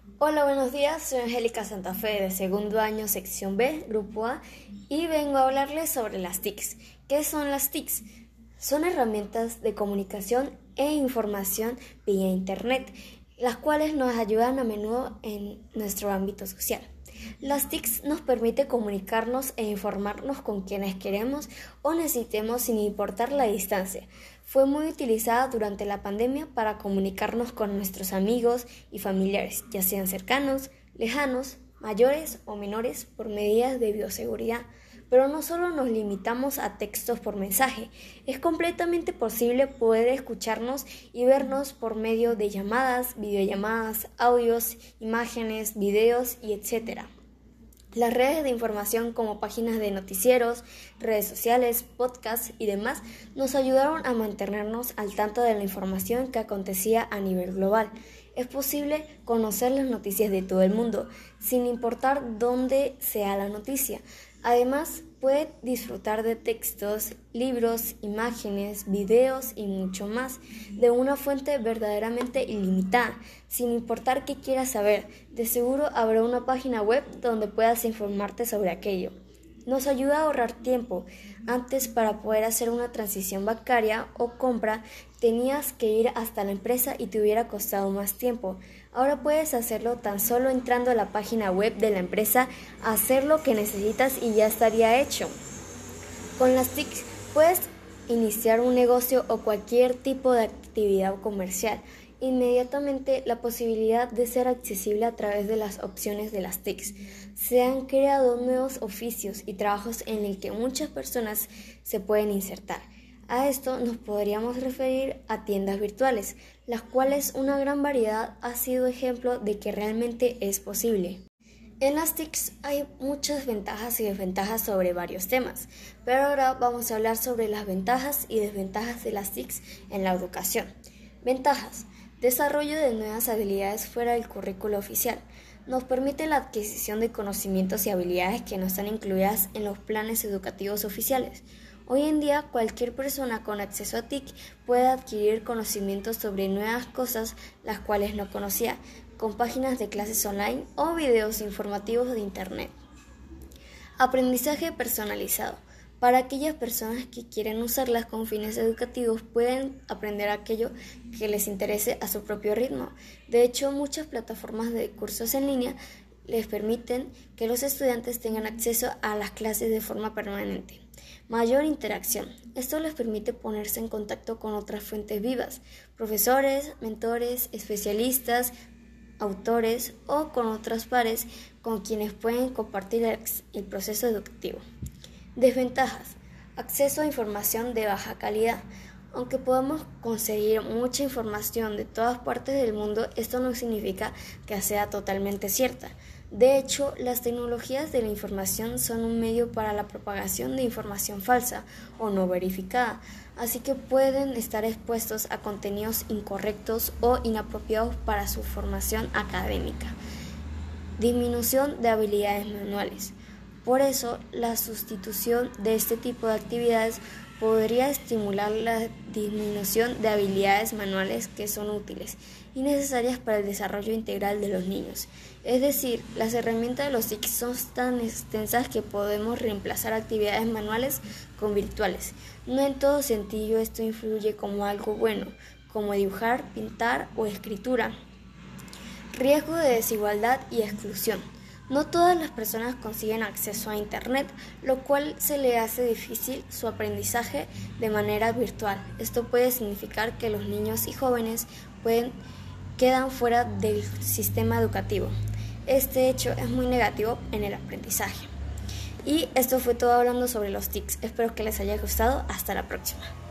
Hola, buenos días. Soy Angélica Santa Fe de segundo año, sección B, grupo A, y vengo a hablarles sobre las TICs. ¿Qué son las TICs? Son herramientas de comunicación e información vía Internet, las cuales nos ayudan a menudo en nuestro ámbito social. Las TICs nos permiten comunicarnos e informarnos con quienes queremos o necesitemos sin importar la distancia. Fue muy utilizada durante la pandemia para comunicarnos con nuestros amigos y familiares, ya sean cercanos, lejanos, mayores o menores, por medidas de bioseguridad. Pero no solo nos limitamos a textos por mensaje, es completamente posible poder escucharnos y vernos por medio de llamadas, videollamadas, audios, imágenes, videos y etc. Las redes de información como páginas de noticieros, redes sociales, podcasts y demás nos ayudaron a mantenernos al tanto de la información que acontecía a nivel global. Es posible conocer las noticias de todo el mundo, sin importar dónde sea la noticia. Además, puede disfrutar de textos, libros, imágenes, videos y mucho más, de una fuente verdaderamente ilimitada, sin importar qué quieras saber. De seguro habrá una página web donde puedas informarte sobre aquello. Nos ayuda a ahorrar tiempo. Antes, para poder hacer una transición bancaria o compra, tenías que ir hasta la empresa y te hubiera costado más tiempo. Ahora puedes hacerlo tan solo entrando a la página web de la empresa, hacer lo que necesitas y ya estaría hecho. Con las TICs puedes iniciar un negocio o cualquier tipo de actividad comercial. Inmediatamente la posibilidad de ser accesible a través de las opciones de las TICs. Se han creado nuevos oficios y trabajos en el que muchas personas se pueden insertar. A esto nos podríamos referir a tiendas virtuales, las cuales una gran variedad ha sido ejemplo de que realmente es posible. En las TICs hay muchas ventajas y desventajas sobre varios temas, pero ahora vamos a hablar sobre las ventajas y desventajas de las TICs en la educación. Ventajas: desarrollo de nuevas habilidades fuera del currículo oficial. Nos permite la adquisición de conocimientos y habilidades que no están incluidas en los planes educativos oficiales. Hoy en día, cualquier persona con acceso a TIC puede adquirir conocimientos sobre nuevas cosas las cuales no conocía, con páginas de clases online o videos informativos de Internet. Aprendizaje personalizado. Para aquellas personas que quieren usarlas con fines educativos, pueden aprender aquello que les interese a su propio ritmo. De hecho, muchas plataformas de cursos en línea les permiten que los estudiantes tengan acceso a las clases de forma permanente. Mayor interacción. Esto les permite ponerse en contacto con otras fuentes vivas, profesores, mentores, especialistas, autores o con otros pares con quienes pueden compartir el proceso educativo. Desventajas: acceso a información de baja calidad. Aunque podamos conseguir mucha información de todas partes del mundo, esto no significa que sea totalmente cierta. De hecho, las tecnologías de la información son un medio para la propagación de información falsa o no verificada, así que pueden estar expuestos a contenidos incorrectos o inapropiados para su formación académica. Disminución de habilidades manuales. Por eso, la sustitución de este tipo de actividades podría estimular la disminución de habilidades manuales que son útiles y necesarias para el desarrollo integral de los niños. Es decir, las herramientas de los TIC son tan extensas que podemos reemplazar actividades manuales con virtuales. No en todo sentido esto influye como algo bueno, como dibujar, pintar o escritura. Riesgo de desigualdad y exclusión. No todas las personas consiguen acceso a Internet, lo cual se le hace difícil su aprendizaje de manera virtual. Esto puede significar que los niños y jóvenes quedan fuera del sistema educativo. Este hecho es muy negativo en el aprendizaje. Y esto fue todo hablando sobre los TICs. Espero que les haya gustado. Hasta la próxima.